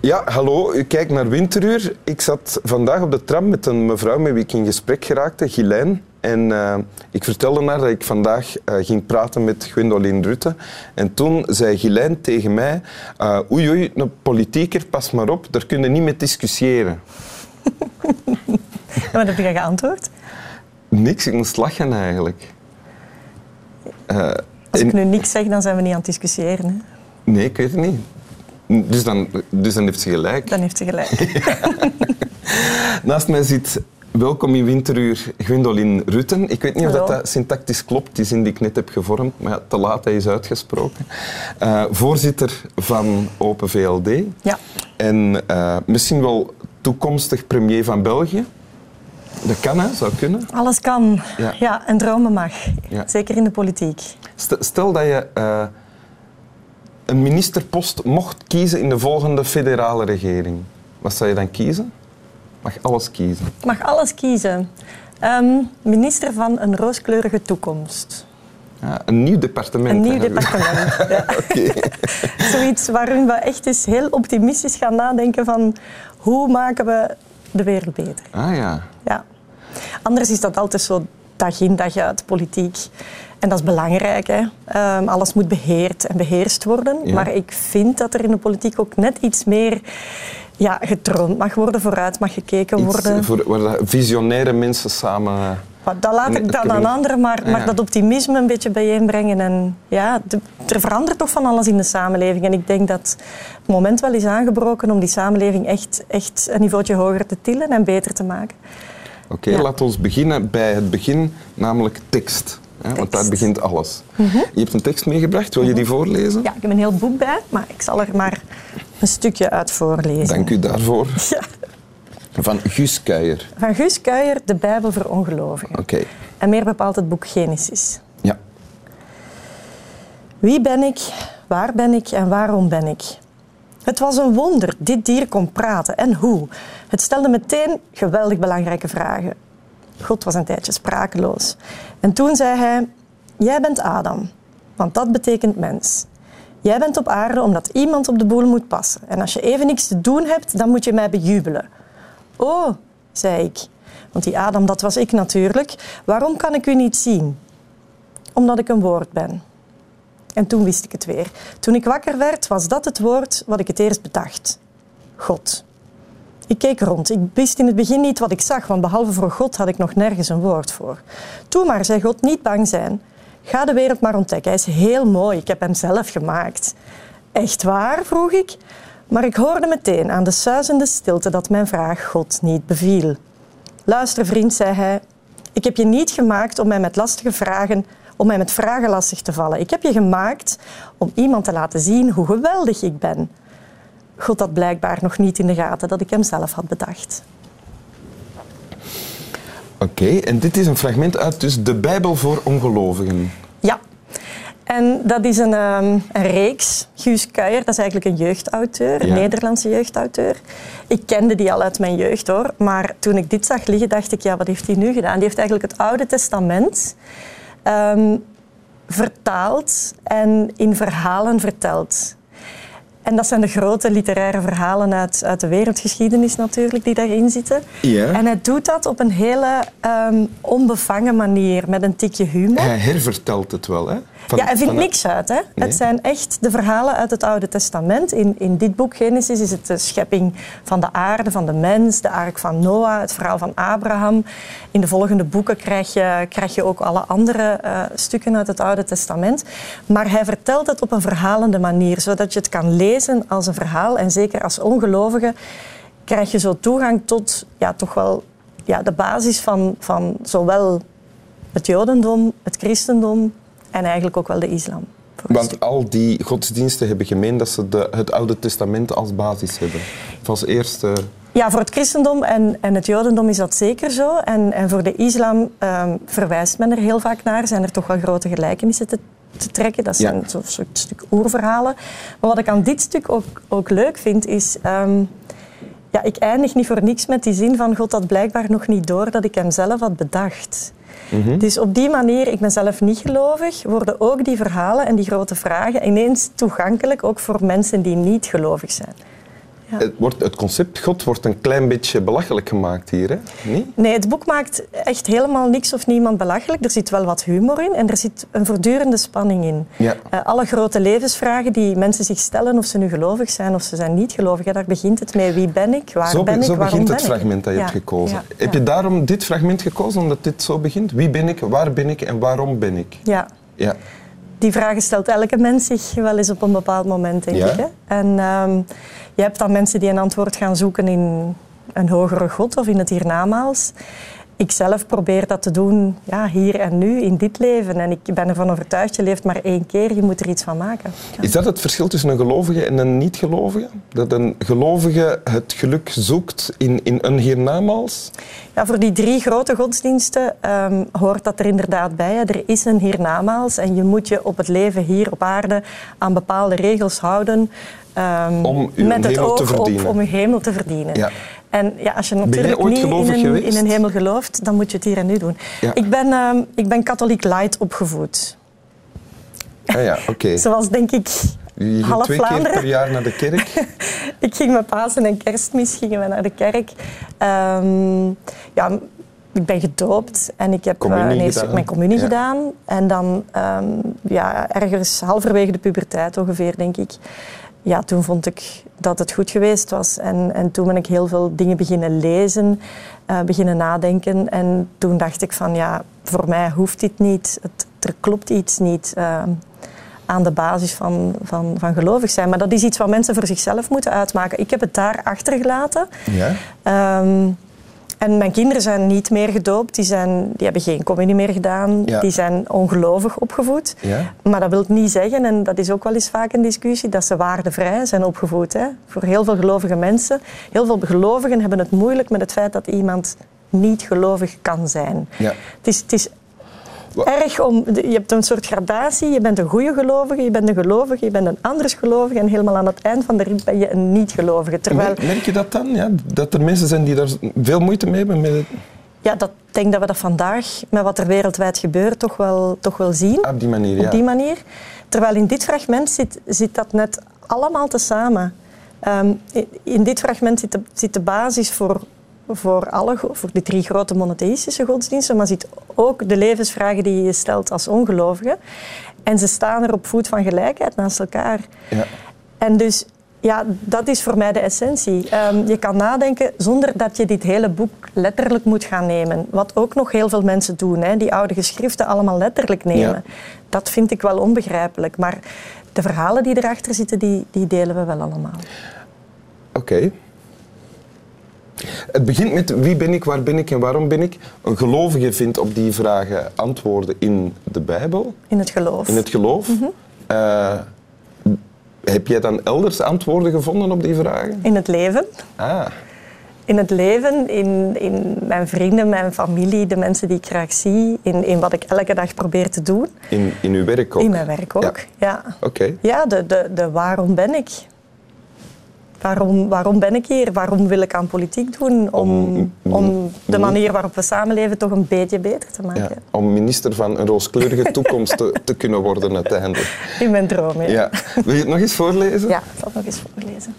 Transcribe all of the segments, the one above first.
Ja, hallo, u kijkt naar Winteruur. Ik zat vandaag op de tram met een mevrouw met wie ik in gesprek geraakte, Ghislaine. En ik vertelde haar dat ik vandaag ging praten met Gwendoline Rutten. En toen zei Ghislaine tegen mij, oei, een politieker, pas maar op, daar kun je niet mee discussiëren. En wat heb je geantwoord? Niks, ik moest lachen eigenlijk. Als ik nu niks zeg, dan zijn we niet aan het discussiëren. Hè? Nee, ik weet het niet. Dus dan heeft ze gelijk. Dan heeft ze gelijk. Naast mij zit, welkom in Winteruur, Gwendoline Rutten. Ik weet niet of dat syntactisch klopt, die zin die ik net heb gevormd, maar ja, te laat, hij is uitgesproken. Voorzitter van Open VLD. Ja. En misschien wel toekomstig premier van België. Dat kan, hè? Zou kunnen. Alles kan. Ja, en dromen mag. Ja. Zeker in de politiek. Stel dat je een ministerpost mocht kiezen in de volgende federale regering. Wat zou je dan kiezen? Mag alles kiezen. Ik mag alles kiezen. Minister van een rooskleurige toekomst. Ja, een nieuw departement. Een nieuw departement, ja. Okay. Zoiets waarin we echt eens heel optimistisch gaan nadenken van hoe maken we de wereld beter. Ah ja. Ja. Anders is dat altijd zo dag in dag uit politiek. En dat is belangrijk. Hè. Alles moet beheerd en beheerst worden. Ja. Maar ik vind dat er in de politiek ook net iets meer getroond mag worden, vooruit mag gekeken worden. Waar visionaire mensen samen... Dat laat ik dan aan anderen, maar dat optimisme een beetje bijeenbrengen. En er verandert toch van alles in de samenleving. En ik denk dat het moment wel is aangebroken om die samenleving echt een niveautje hoger te tillen en beter te maken. Oké, laten we beginnen bij het begin, namelijk tekst. Want daar begint alles. Je hebt een tekst meegebracht, wil je die voorlezen? Ja, ik heb een heel boek bij, maar ik zal er maar een stukje uit voorlezen. Dank u daarvoor. Ja. Van Guus Kuijer. Van Guus Kuijer, De Bijbel voor ongelovigen. Oké. En meer bepaald het boek Genesis. Ja. Wie ben ik, waar ben ik en waarom ben ik? Het was een wonder, dit dier kon praten. En hoe? Het stelde meteen geweldig belangrijke vragen. God was een tijdje sprakeloos. En toen zei hij, jij bent Adam, want dat betekent mens. Jij bent op aarde omdat iemand op de boel moet passen. En als je even niks te doen hebt, dan moet je mij bejubelen. Oh, zei ik. Want die Adam, dat was ik natuurlijk. Waarom kan ik u niet zien? Omdat ik een woord ben. En toen wist ik het weer. Toen ik wakker werd, was dat het woord wat ik het eerst bedacht. God. Ik keek rond. Ik wist in het begin niet wat ik zag, want behalve voor God had ik nog nergens een woord voor. Toe maar, zei God, niet bang zijn. Ga de wereld maar ontdekken. Hij is heel mooi. Ik heb hem zelf gemaakt. Echt waar? Vroeg ik. Maar ik hoorde meteen aan de suizende stilte dat mijn vraag God niet beviel. Luister, vriend, zei hij. Ik heb je niet gemaakt om mij met vragen lastig te vallen. Ik heb je gemaakt om iemand te laten zien hoe geweldig ik ben. God had blijkbaar nog niet in de gaten dat ik hem zelf had bedacht. Oké, en dit is een fragment uit dus De Bijbel voor ongelovigen. Ja, en dat is een reeks. Guus Kuijer, dat is eigenlijk een jeugdauteur, een Nederlandse jeugdauteur. Ik kende die al uit mijn jeugd, hoor. Maar toen ik dit zag liggen, dacht ik, wat heeft hij nu gedaan? Die heeft eigenlijk het Oude Testament vertaald en in verhalen verteld. En dat zijn de grote literaire verhalen uit de wereldgeschiedenis natuurlijk die daarin zitten. Ja. En hij doet dat op een hele onbevangen manier, met een tikje humor. Hij hervertelt het wel, hè? Hij vindt niks uit, hè? Nee. Het zijn echt de verhalen uit het Oude Testament. In dit boek Genesis is het de schepping van de aarde, van de mens, de ark van Noah, het verhaal van Abraham. In de volgende boeken krijg je ook alle andere stukken uit het Oude Testament. Maar hij vertelt het op een verhalende manier, zodat je het kan lezen als een verhaal. En zeker als ongelovige krijg je zo toegang tot toch wel de basis van zowel het Jodendom, het christendom en eigenlijk ook wel de islam. Want al die godsdiensten hebben gemeen dat ze het Oude Testament als basis hebben. Of als eerste... Ja, voor het christendom en het jodendom is dat zeker zo. En voor de islam verwijst men er heel vaak naar. Zijn er toch wel grote gelijkenissen te trekken. Dat zijn zo'n stuk oerverhalen. Maar wat ik aan dit stuk ook leuk vind, is... ik eindig niet voor niks met die zin van God had blijkbaar nog niet door dat ik hem zelf had bedacht. Mm-hmm. Dus op die manier, ik ben zelf niet gelovig, worden ook die verhalen en die grote vragen ineens toegankelijk, ook voor mensen die niet gelovig zijn. Ja. Het concept God wordt een klein beetje belachelijk gemaakt hier, hè? Nee? Nee, het boek maakt echt helemaal niks of niemand belachelijk. Er zit wel wat humor in en er zit een voortdurende spanning in. Ja. Alle grote levensvragen die mensen zich stellen, of ze nu gelovig zijn of ze zijn niet gelovig, daar begint het mee. Wie ben ik? Waar ben ik? Waarom ben ik? Zo begint het fragment dat je hebt gekozen. Ja. Heb je daarom dit fragment gekozen, omdat dit zo begint? Wie ben ik? Waar ben ik? En waarom ben ik? Ja. Ja. Die vragen stelt elke mens zich wel eens op een bepaald moment, denk ik. Hè? En je hebt dan mensen die een antwoord gaan zoeken in een hogere God of in het hiernamaals. Ik zelf probeer dat te doen hier en nu, in dit leven. En ik ben ervan overtuigd, je leeft maar 1 keer, je moet er iets van maken. Ja. Is dat het verschil tussen een gelovige en een niet-gelovige? Dat een gelovige het geluk zoekt in een hiernamaals? Ja, voor die 3 grote godsdiensten hoort dat er inderdaad bij. Hè. Er is een hiernamaals en je moet je op het leven hier op aarde aan bepaalde regels houden. Om uw met het hemel te oog verdienen. Om je hemel te verdienen. Ja. En als je natuurlijk ooit niet in een hemel gelooft, dan moet je het hier en nu doen. Ja. Ik ben katholiek light opgevoed. Ah ja, oké. Zoals denk ik Je half ging 2 keer Vlaanderen. per jaar naar de kerk. Ik ging met Pasen en Kerstmis gingen we naar de kerk. Ik ben gedoopt en ik heb eerst mijn communie gedaan. En dan ergens halverwege de puberteit ongeveer, denk ik. Ja, toen vond ik dat het goed geweest was. En toen ben ik heel veel dingen beginnen lezen, beginnen nadenken. En toen dacht ik van, voor mij hoeft dit niet. Er klopt iets niet aan de basis van gelovig zijn. Maar dat is iets wat mensen voor zichzelf moeten uitmaken. Ik heb het daar achtergelaten. Ja. En mijn kinderen zijn niet meer gedoopt. Die hebben geen communie meer gedaan. Ja. Die zijn ongelovig opgevoed. Ja. Maar dat wil niet zeggen, en dat is ook wel eens vaak een discussie, dat ze waardevrij zijn opgevoed. Hè. Voor heel veel gelovige mensen. Heel veel gelovigen hebben het moeilijk met het feit dat iemand niet gelovig kan zijn. Ja. Het is erg je hebt een soort gradatie. Je bent een goede gelovige, je bent een gelovige, je bent een anders gelovige en helemaal aan het eind van de rit ben je een niet-gelovige. Terwijl... Merk je dat dan? Ja? Dat er mensen zijn die daar veel moeite mee hebben? Met... Ja, ik denk dat we dat vandaag, met wat er wereldwijd gebeurt, toch wel zien. Op die manier, ja. Op die manier. Terwijl in dit fragment zit dat net allemaal tezamen. In dit fragment zit de basis voor die 3 grote monotheïstische godsdiensten, maar zit ook de levensvragen die je stelt als ongelovige. En ze staan er op voet van gelijkheid naast elkaar. Ja. En dus, dat is voor mij de essentie. Je kan nadenken zonder dat je dit hele boek letterlijk moet gaan nemen. Wat ook nog heel veel mensen doen, hè, die oude geschriften allemaal letterlijk nemen. Ja. Dat vind ik wel onbegrijpelijk. Maar de verhalen die erachter zitten, die delen we wel allemaal. Oké. Het begint met wie ben ik, waar ben ik en waarom ben ik. Een gelovige vindt op die vragen antwoorden in de Bijbel. In het geloof. In het geloof. Mm-hmm. Heb jij dan elders antwoorden gevonden op die vragen? In het leven. Ah. In het leven, in mijn vrienden, mijn familie, de mensen die ik graag zie, in wat ik elke dag probeer te doen. In uw werk ook? In mijn werk ook, ja. Oké. Ja, de waarom ben ik? Waarom ben ik hier? Waarom wil ik aan politiek doen? Om de manier waarop we samenleven toch een beetje beter te maken. Ja, om minister van een rooskleurige toekomst te kunnen worden uiteindelijk. In mijn droom, ja. Wil je het nog eens voorlezen? Ja, ik zal het nog eens voorlezen.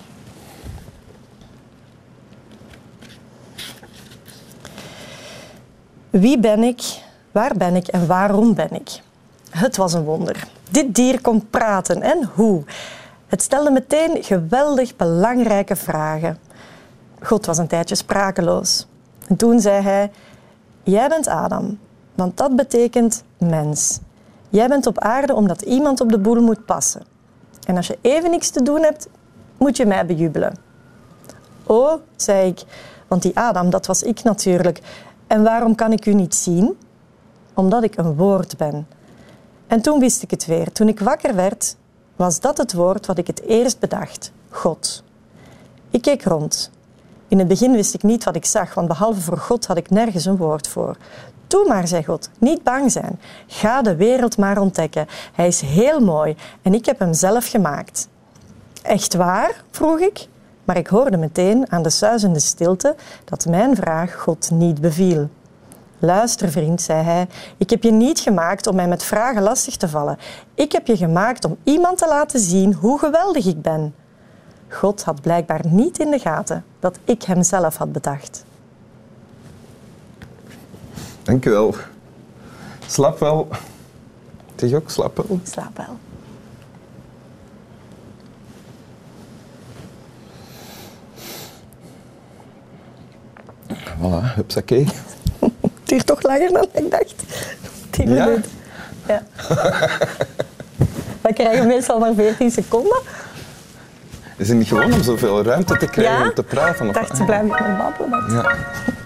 Wie ben ik? Waar ben ik en waarom ben ik? Het was een wonder. Dit dier kon praten en hoe? Het stelde meteen geweldig belangrijke vragen. God was een tijdje sprakeloos. En toen zei hij, jij bent Adam, want dat betekent mens. Jij bent op aarde omdat iemand op de boel moet passen. En als je even niks te doen hebt, moet je mij bejubelen. Oh, zei ik, want die Adam, dat was ik natuurlijk. En waarom kan ik u niet zien? Omdat ik een woord ben. En toen wist ik het weer. Toen ik wakker werd, was dat het woord wat ik het eerst bedacht. God. Ik keek rond. In het begin wist ik niet wat ik zag, want behalve voor God had ik nergens een woord voor. Doe maar, zei God. Niet bang zijn. Ga de wereld maar ontdekken. Hij is heel mooi en ik heb hem zelf gemaakt. Echt waar? Vroeg ik. Maar ik hoorde meteen aan de suizende stilte dat mijn vraag God niet beviel. Luister, vriend, zei hij, ik heb je niet gemaakt om mij met vragen lastig te vallen. Ik heb je gemaakt om iemand te laten zien hoe geweldig ik ben. God had blijkbaar niet in de gaten dat ik hem zelf had bedacht. Dank u wel. Slaap wel. Zeg ook, slaap wel. Ik slaap wel. Voilà, hupsakee. Het duurt toch langer dan ik dacht. 10 minuten. Ja. We krijgen meestal maar 14 seconden. Is het niet gewoon om zoveel ruimte te krijgen om te praten? Ik dacht, ze blijven met me babbelen. Ja.